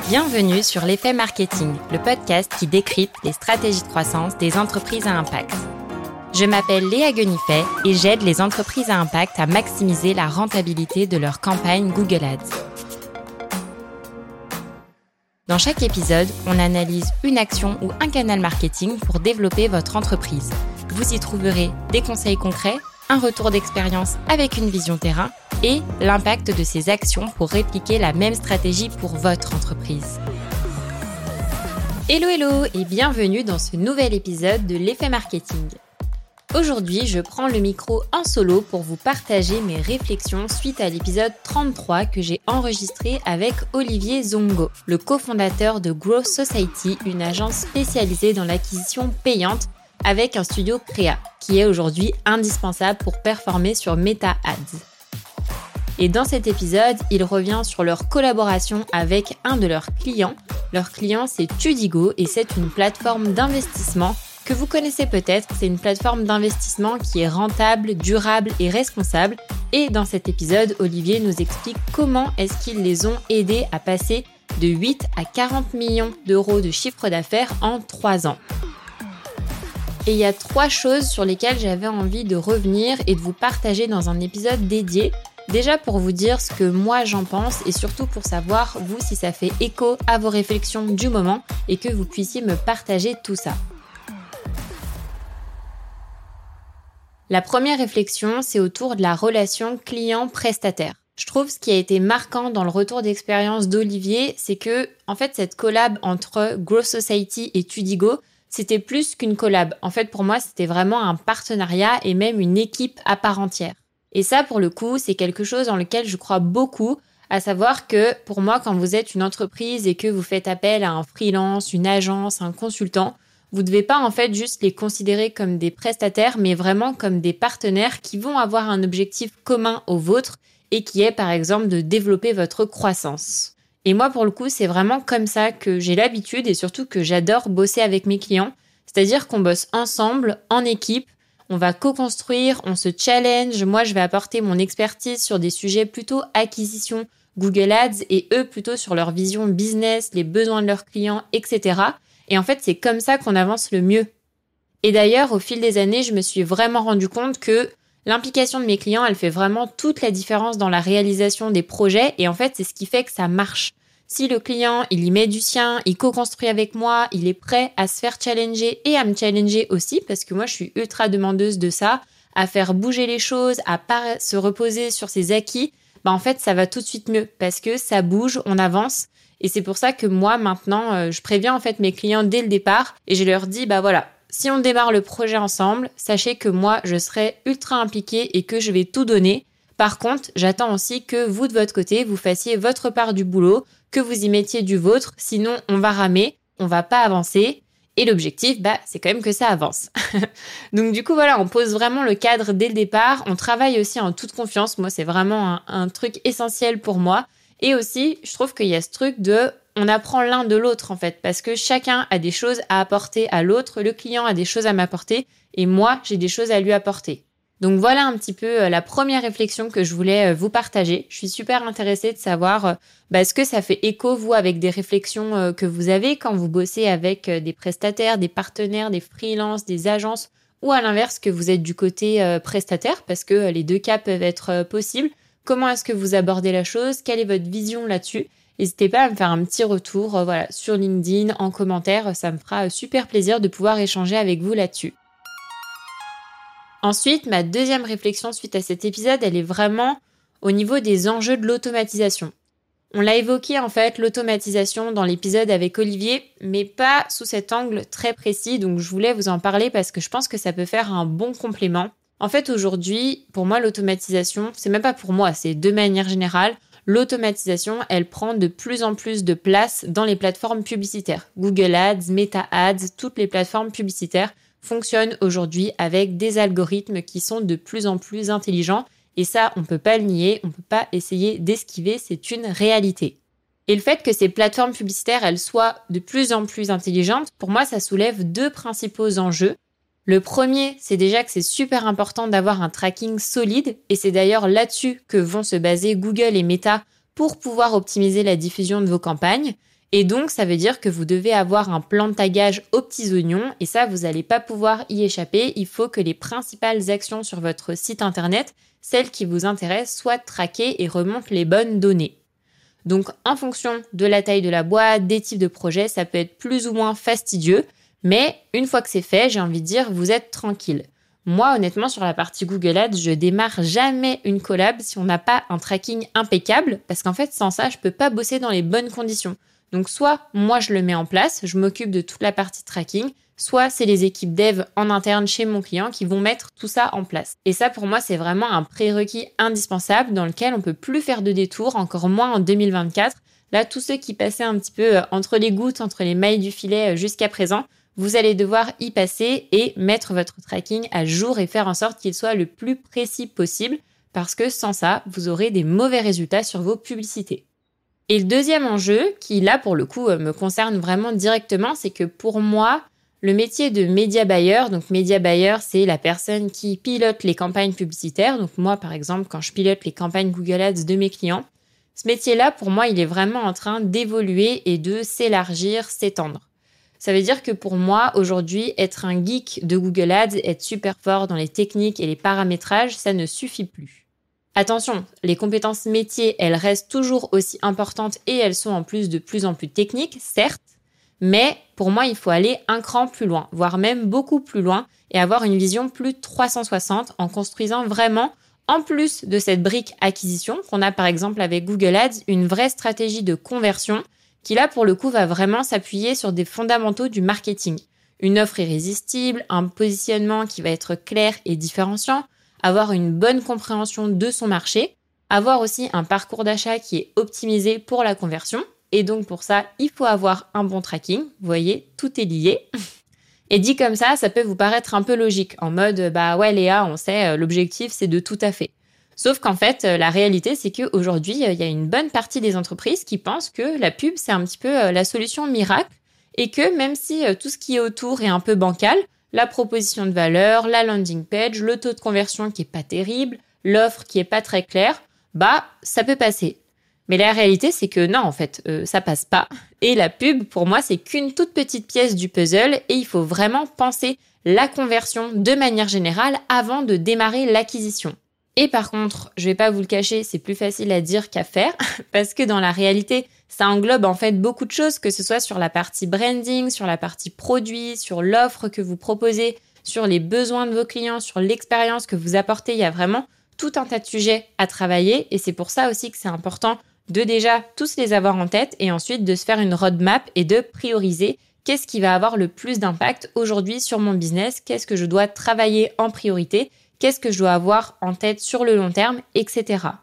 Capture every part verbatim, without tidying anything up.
Bienvenue sur l'effet marketing, le podcast qui décrypte les stratégies de croissance des entreprises à impact. Je m'appelle Léa Guenifet et j'aide les entreprises à impact à maximiser la rentabilité de leur campagne Google Ads. Dans chaque épisode, on analyse une action ou un canal marketing pour développer votre entreprise. Vous y trouverez des conseils concrets, un retour d'expérience avec une vision terrain et l'impact de ces actions pour répliquer la même stratégie pour votre entreprise. Hello hello et bienvenue dans ce nouvel épisode de l'effet marketing. Aujourd'hui, je prends le micro en solo pour vous partager mes réflexions suite à l'épisode trente-trois que j'ai enregistré avec Olivier Zongo, le cofondateur de Growth Society, une agence spécialisée dans l'acquisition payante avec un studio créa, qui est aujourd'hui indispensable pour performer sur Meta Ads. Et dans cet épisode, il revient sur leur collaboration avec un de leurs clients. Leur client, c'est Tudigo et c'est une plateforme d'investissement que vous connaissez peut-être. C'est une plateforme d'investissement qui est rentable, durable et responsable. Et dans cet épisode, Olivier nous explique comment est-ce qu'ils les ont aidés à passer de huit à quarante millions d'euros de chiffre d'affaires en trois ans. Et il y a trois choses sur lesquelles j'avais envie de revenir et de vous partager dans un épisode dédié. Déjà pour vous dire ce que moi j'en pense et surtout pour savoir, vous, si ça fait écho à vos réflexions du moment et que vous puissiez me partager tout ça. La première réflexion, c'est autour de la relation client-prestataire. Je trouve ce qui a été marquant dans le retour d'expérience d'Olivier, c'est que, en fait, cette collab entre Growth Society et Tudigo, c'était plus qu'une collab. En fait, pour moi, c'était vraiment un partenariat et même une équipe à part entière. Et ça, pour le coup, c'est quelque chose dans lequel je crois beaucoup, à savoir que pour moi, quand vous êtes une entreprise et que vous faites appel à un freelance, une agence, un consultant, vous ne devez pas en fait juste les considérer comme des prestataires, mais vraiment comme des partenaires qui vont avoir un objectif commun au vôtre et qui est par exemple de développer votre croissance. Et moi, pour le coup, c'est vraiment comme ça que j'ai l'habitude et surtout que j'adore bosser avec mes clients. C'est-à-dire qu'on bosse ensemble, en équipe, on va co-construire, on se challenge. Moi, je vais apporter mon expertise sur des sujets plutôt acquisition Google Ads et eux plutôt sur leur vision business, les besoins de leurs clients, et cetera. Et en fait, c'est comme ça qu'on avance le mieux. Et d'ailleurs, au fil des années, je me suis vraiment rendu compte que l'implication de mes clients, elle fait vraiment toute la différence dans la réalisation des projets. Et en fait, c'est ce qui fait que ça marche. Si le client, il y met du sien, il co-construit avec moi, il est prêt à se faire challenger et à me challenger aussi, parce que moi, je suis ultra demandeuse de ça, à faire bouger les choses, à pas se reposer sur ses acquis, bah en fait, ça va tout de suite mieux, parce que ça bouge, on avance. Et c'est pour ça que moi, maintenant, euh, je préviens en fait mes clients dès le départ et je leur dis, bah voilà, si on démarre le projet ensemble, sachez que moi, je serai ultra impliquée et que je vais tout donner. Par contre, j'attends aussi que vous, de votre côté, vous fassiez votre part du boulot, que vous y mettiez du vôtre, sinon on va ramer, on va pas avancer. Et l'objectif, bah, c'est quand même que ça avance. Donc du coup, voilà, on pose vraiment le cadre dès le départ. On travaille aussi en toute confiance. Moi, c'est vraiment un, un truc essentiel pour moi. Et aussi, je trouve qu'il y a ce truc de, on apprend l'un de l'autre en fait, parce que chacun a des choses à apporter à l'autre, le client a des choses à m'apporter, et moi, j'ai des choses à lui apporter. Donc voilà un petit peu la première réflexion que je voulais vous partager. Je suis super intéressée de savoir bah, est-ce que ça fait écho, vous, avec des réflexions que vous avez quand vous bossez avec des prestataires, des partenaires, des freelances, des agences, ou à l'inverse, que vous êtes du côté prestataire, parce que les deux cas peuvent être possibles. Comment est-ce que vous abordez la chose? Quelle est votre vision là-dessus? N'hésitez pas à me faire un petit retour euh, voilà, sur LinkedIn, en commentaire. Ça me fera super plaisir de pouvoir échanger avec vous là-dessus. Ensuite, ma deuxième réflexion suite à cet épisode, elle est vraiment au niveau des enjeux de l'automatisation. On l'a évoqué en fait, l'automatisation dans l'épisode avec Olivier, mais pas sous cet angle très précis. Donc je voulais vous en parler parce que je pense que ça peut faire un bon complément. En fait, aujourd'hui, pour moi, l'automatisation, c'est même pas pour moi, c'est de manière générale, l'automatisation, elle prend de plus en plus de place dans les plateformes publicitaires. Google Ads, Meta Ads, toutes les plateformes publicitaires fonctionnent aujourd'hui avec des algorithmes qui sont de plus en plus intelligents. Et ça, on peut pas le nier, on peut pas essayer d'esquiver, c'est une réalité. Et le fait que ces plateformes publicitaires, elles soient de plus en plus intelligentes, pour moi, ça soulève deux principaux enjeux. Le premier, c'est déjà que c'est super important d'avoir un tracking solide et c'est d'ailleurs là-dessus que vont se baser Google et Meta pour pouvoir optimiser la diffusion de vos campagnes. Et donc, ça veut dire que vous devez avoir un plan de tagage aux petits oignons et ça, vous n'allez pas pouvoir y échapper. Il faut que les principales actions sur votre site internet, celles qui vous intéressent, soient traquées et remontent les bonnes données. Donc, en fonction de la taille de la boîte, des types de projets, ça peut être plus ou moins fastidieux. Mais une fois que c'est fait, j'ai envie de dire, vous êtes tranquille. Moi, honnêtement, sur la partie Google Ads, je démarre jamais une collab si on n'a pas un tracking impeccable parce qu'en fait, sans ça, je peux pas bosser dans les bonnes conditions. Donc, soit moi, je le mets en place, je m'occupe de toute la partie tracking, soit c'est les équipes dev en interne chez mon client qui vont mettre tout ça en place. Et ça, pour moi, c'est vraiment un prérequis indispensable dans lequel on peut plus faire de détours, encore moins en deux mille vingt-quatre. Là, tous ceux qui passaient un petit peu entre les gouttes, entre les mailles du filet jusqu'à présent, vous allez devoir y passer et mettre votre tracking à jour et faire en sorte qu'il soit le plus précis possible parce que sans ça, vous aurez des mauvais résultats sur vos publicités. Et le deuxième enjeu, qui là pour le coup me concerne vraiment directement, c'est que pour moi, le métier de média buyer, donc média buyer, c'est la personne qui pilote les campagnes publicitaires. Donc moi par exemple, quand je pilote les campagnes Google Ads de mes clients, ce métier-là pour moi, il est vraiment en train d'évoluer et de s'élargir, s'étendre. Ça veut dire que pour moi, aujourd'hui, être un geek de Google Ads, être super fort dans les techniques et les paramétrages, ça ne suffit plus. Attention, les compétences métiers, elles restent toujours aussi importantes et elles sont en plus de plus en plus techniques, certes, mais pour moi, il faut aller un cran plus loin, voire même beaucoup plus loin et avoir une vision plus trois cent soixante en construisant vraiment, en plus de cette brique acquisition qu'on a par exemple avec Google Ads, une vraie stratégie de conversion qui là pour le coup va vraiment s'appuyer sur des fondamentaux du marketing. Une offre irrésistible, un positionnement qui va être clair et différenciant, avoir une bonne compréhension de son marché, avoir aussi un parcours d'achat qui est optimisé pour la conversion. Et donc pour ça, il faut avoir un bon tracking. Vous voyez, tout est lié. Et dit comme ça, ça peut vous paraître un peu logique, en mode « bah ouais Léa, on sait, l'objectif c'est de tout à fait ». Sauf qu'en fait, la réalité c'est qu'aujourd'hui, il y a une bonne partie des entreprises qui pensent que la pub c'est un petit peu la solution miracle et que même si tout ce qui est autour est un peu bancal, la proposition de valeur, la landing page, le taux de conversion qui est pas terrible, l'offre qui est pas très claire, bah ça peut passer. Mais la réalité c'est que non en fait, euh, ça passe pas. Et la pub pour moi c'est qu'une toute petite pièce du puzzle et il faut vraiment penser la conversion de manière générale avant de démarrer l'acquisition. Et par contre, je vais pas vous le cacher, c'est plus facile à dire qu'à faire parce que dans la réalité, ça englobe en fait beaucoup de choses, que ce soit sur la partie branding, sur la partie produit, sur l'offre que vous proposez, sur les besoins de vos clients, sur l'expérience que vous apportez. Il y a vraiment tout un tas de sujets à travailler et c'est pour ça aussi que c'est important de déjà tous les avoir en tête et ensuite de se faire une roadmap et de prioriser qu'est-ce qui va avoir le plus d'impact aujourd'hui sur mon business, qu'est-ce que je dois travailler en priorité, qu'est-ce que je dois avoir en tête sur le long terme, et cetera.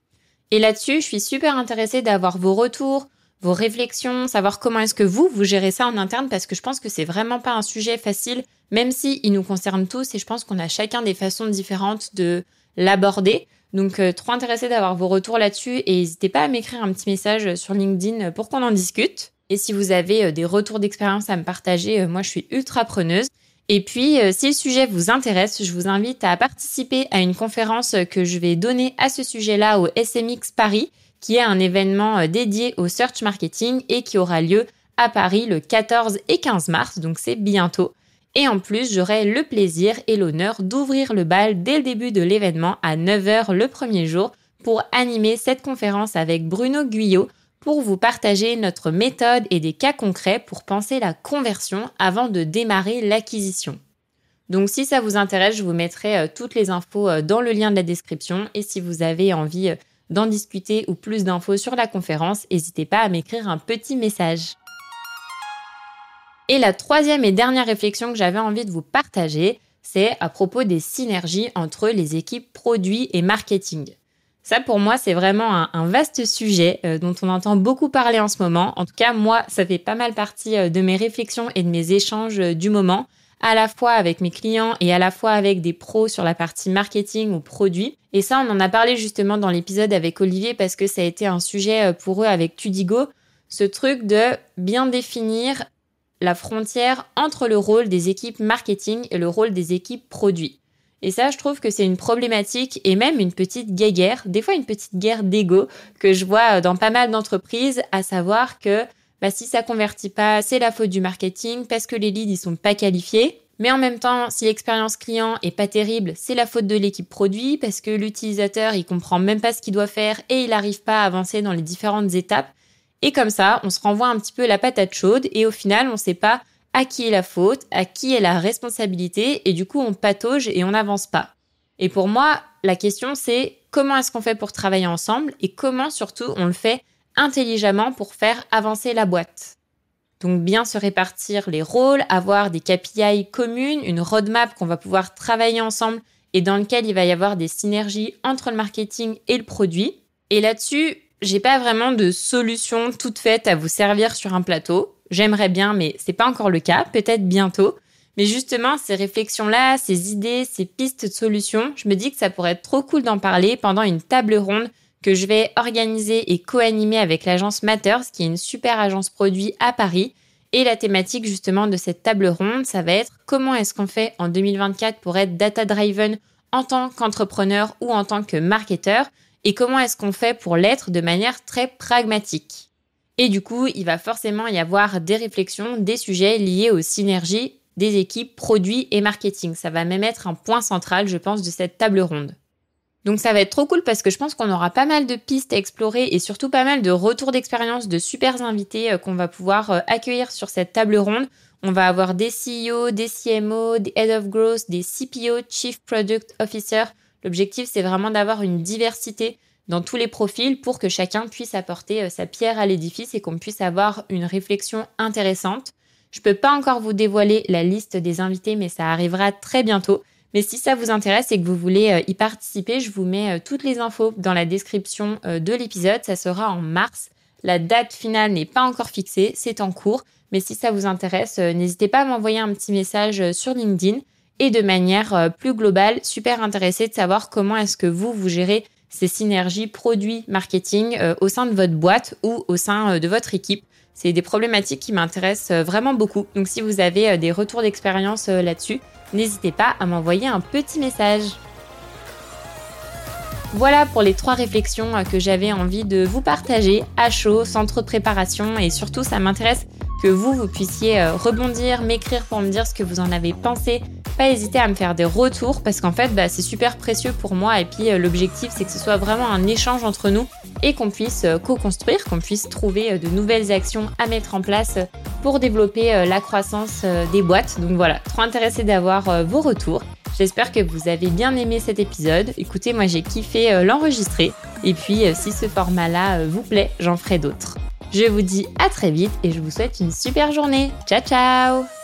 Et là-dessus, je suis super intéressée d'avoir vos retours, vos réflexions, savoir comment est-ce que vous, vous gérez ça en interne parce que je pense que c'est vraiment pas un sujet facile, même si il nous concerne tous et je pense qu'on a chacun des façons différentes de l'aborder. Donc, euh, trop intéressée d'avoir vos retours là-dessus et n'hésitez pas à m'écrire un petit message sur LinkedIn pour qu'on en discute. Et si vous avez euh, des retours d'expérience à me partager, euh, moi je suis ultra preneuse. Et puis, euh, si le sujet vous intéresse, je vous invite à participer à une conférence que je vais donner à ce sujet-là au S M X Paris, qui est un événement euh, dédié au search marketing et qui aura lieu à Paris le quatorze et quinze mars, donc c'est bientôt. Et en plus, j'aurai le plaisir et l'honneur d'ouvrir le bal dès le début de l'événement à neuf heures le premier jour pour animer cette conférence avec Bruno Guyot pour vous partager notre méthode et des cas concrets pour penser la conversion avant de démarrer l'acquisition. Donc si ça vous intéresse, je vous mettrai toutes les infos dans le lien de la description et si vous avez envie d'en discuter ou plus d'infos sur la conférence, n'hésitez pas à m'écrire un petit message. Et la troisième et dernière réflexion que j'avais envie de vous partager, c'est à propos des synergies entre les équipes produits et marketing. Ça, pour moi, c'est vraiment un, un vaste sujet euh, dont on entend beaucoup parler en ce moment. En tout cas, moi, ça fait pas mal partie euh, de mes réflexions et de mes échanges euh, du moment, à la fois avec mes clients et à la fois avec des pros sur la partie marketing ou produit. Et ça, on en a parlé justement dans l'épisode avec Olivier parce que ça a été un sujet euh, pour eux avec Tudigo, ce truc de bien définir la frontière entre le rôle des équipes marketing et le rôle des équipes produits. Et ça, je trouve que c'est une problématique et même une petite guéguerre, des fois une petite guerre d'ego que je vois dans pas mal d'entreprises, à savoir que bah si ça convertit pas, c'est la faute du marketing parce que les leads ils sont pas qualifiés. Mais en même temps, si l'expérience client est pas terrible, c'est la faute de l'équipe produit parce que l'utilisateur il comprend même pas ce qu'il doit faire et il n'arrive pas à avancer dans les différentes étapes. Et comme ça, on se renvoie un petit peu la patate chaude et au final, on sait pas à qui est la faute, à qui est la responsabilité et du coup, on patauge et on n'avance pas. Et pour moi, la question c'est comment est-ce qu'on fait pour travailler ensemble et comment surtout on le fait intelligemment pour faire avancer la boîte. Donc bien se répartir les rôles, avoir des K P I communes, une roadmap qu'on va pouvoir travailler ensemble et dans lequel il va y avoir des synergies entre le marketing et le produit. Et là-dessus, j'ai pas vraiment de solution toute faite à vous servir sur un plateau. J'aimerais bien, mais c'est pas encore le cas, peut-être bientôt. Mais justement, ces réflexions-là, ces idées, ces pistes de solutions, je me dis que ça pourrait être trop cool d'en parler pendant une table ronde que je vais organiser et co-animer avec l'agence Matters, qui est une super agence produit à Paris. Et la thématique justement de cette table ronde, ça va être comment est-ce qu'on fait en deux mille vingt-quatre pour être data-driven en tant qu'entrepreneur ou en tant que marketeur et comment est-ce qu'on fait pour l'être de manière très pragmatique. Et du coup, il va forcément y avoir des réflexions, des sujets liés aux synergies des équipes produits et marketing. Ça va même être un point central, je pense, de cette table ronde. Donc ça va être trop cool parce que je pense qu'on aura pas mal de pistes à explorer et surtout pas mal de retours d'expérience de super invités qu'on va pouvoir accueillir sur cette table ronde. On va avoir des C E O, des C M O, des Head of Growth, des C P O, Chief Product Officer. L'objectif, c'est vraiment d'avoir une diversité dans tous les profils pour que chacun puisse apporter sa pierre à l'édifice et qu'on puisse avoir une réflexion intéressante. Je peux pas encore vous dévoiler la liste des invités, mais ça arrivera très bientôt. Mais si ça vous intéresse et que vous voulez y participer, je vous mets toutes les infos dans la description de l'épisode. Ça sera en mars. La date finale n'est pas encore fixée, c'est en cours. Mais si ça vous intéresse, n'hésitez pas à m'envoyer un petit message sur LinkedIn. Et de manière plus globale, super intéressée de savoir comment est-ce que vous, vous gérez ces synergies produits-marketing au sein de votre boîte ou au sein de votre équipe. C'est des problématiques qui m'intéressent vraiment beaucoup. Donc si vous avez des retours d'expérience là-dessus, n'hésitez pas à m'envoyer un petit message. Voilà pour les trois réflexions que j'avais envie de vous partager à chaud, sans trop de préparation. Et surtout, ça m'intéresse que vous, vous puissiez rebondir, m'écrire pour me dire ce que vous en avez pensé. Pas hésiter à me faire des retours parce qu'en fait, bah, c'est super précieux pour moi. Et puis, l'objectif, c'est que ce soit vraiment un échange entre nous et qu'on puisse co-construire, qu'on puisse trouver de nouvelles actions à mettre en place pour développer la croissance des boîtes. Donc voilà, trop intéressée d'avoir vos retours. J'espère que vous avez bien aimé cet épisode. Écoutez, moi j'ai kiffé l'enregistrer. Et puis, si ce format-là vous plaît, j'en ferai d'autres. Je vous dis à très vite et je vous souhaite une super journée. Ciao, ciao!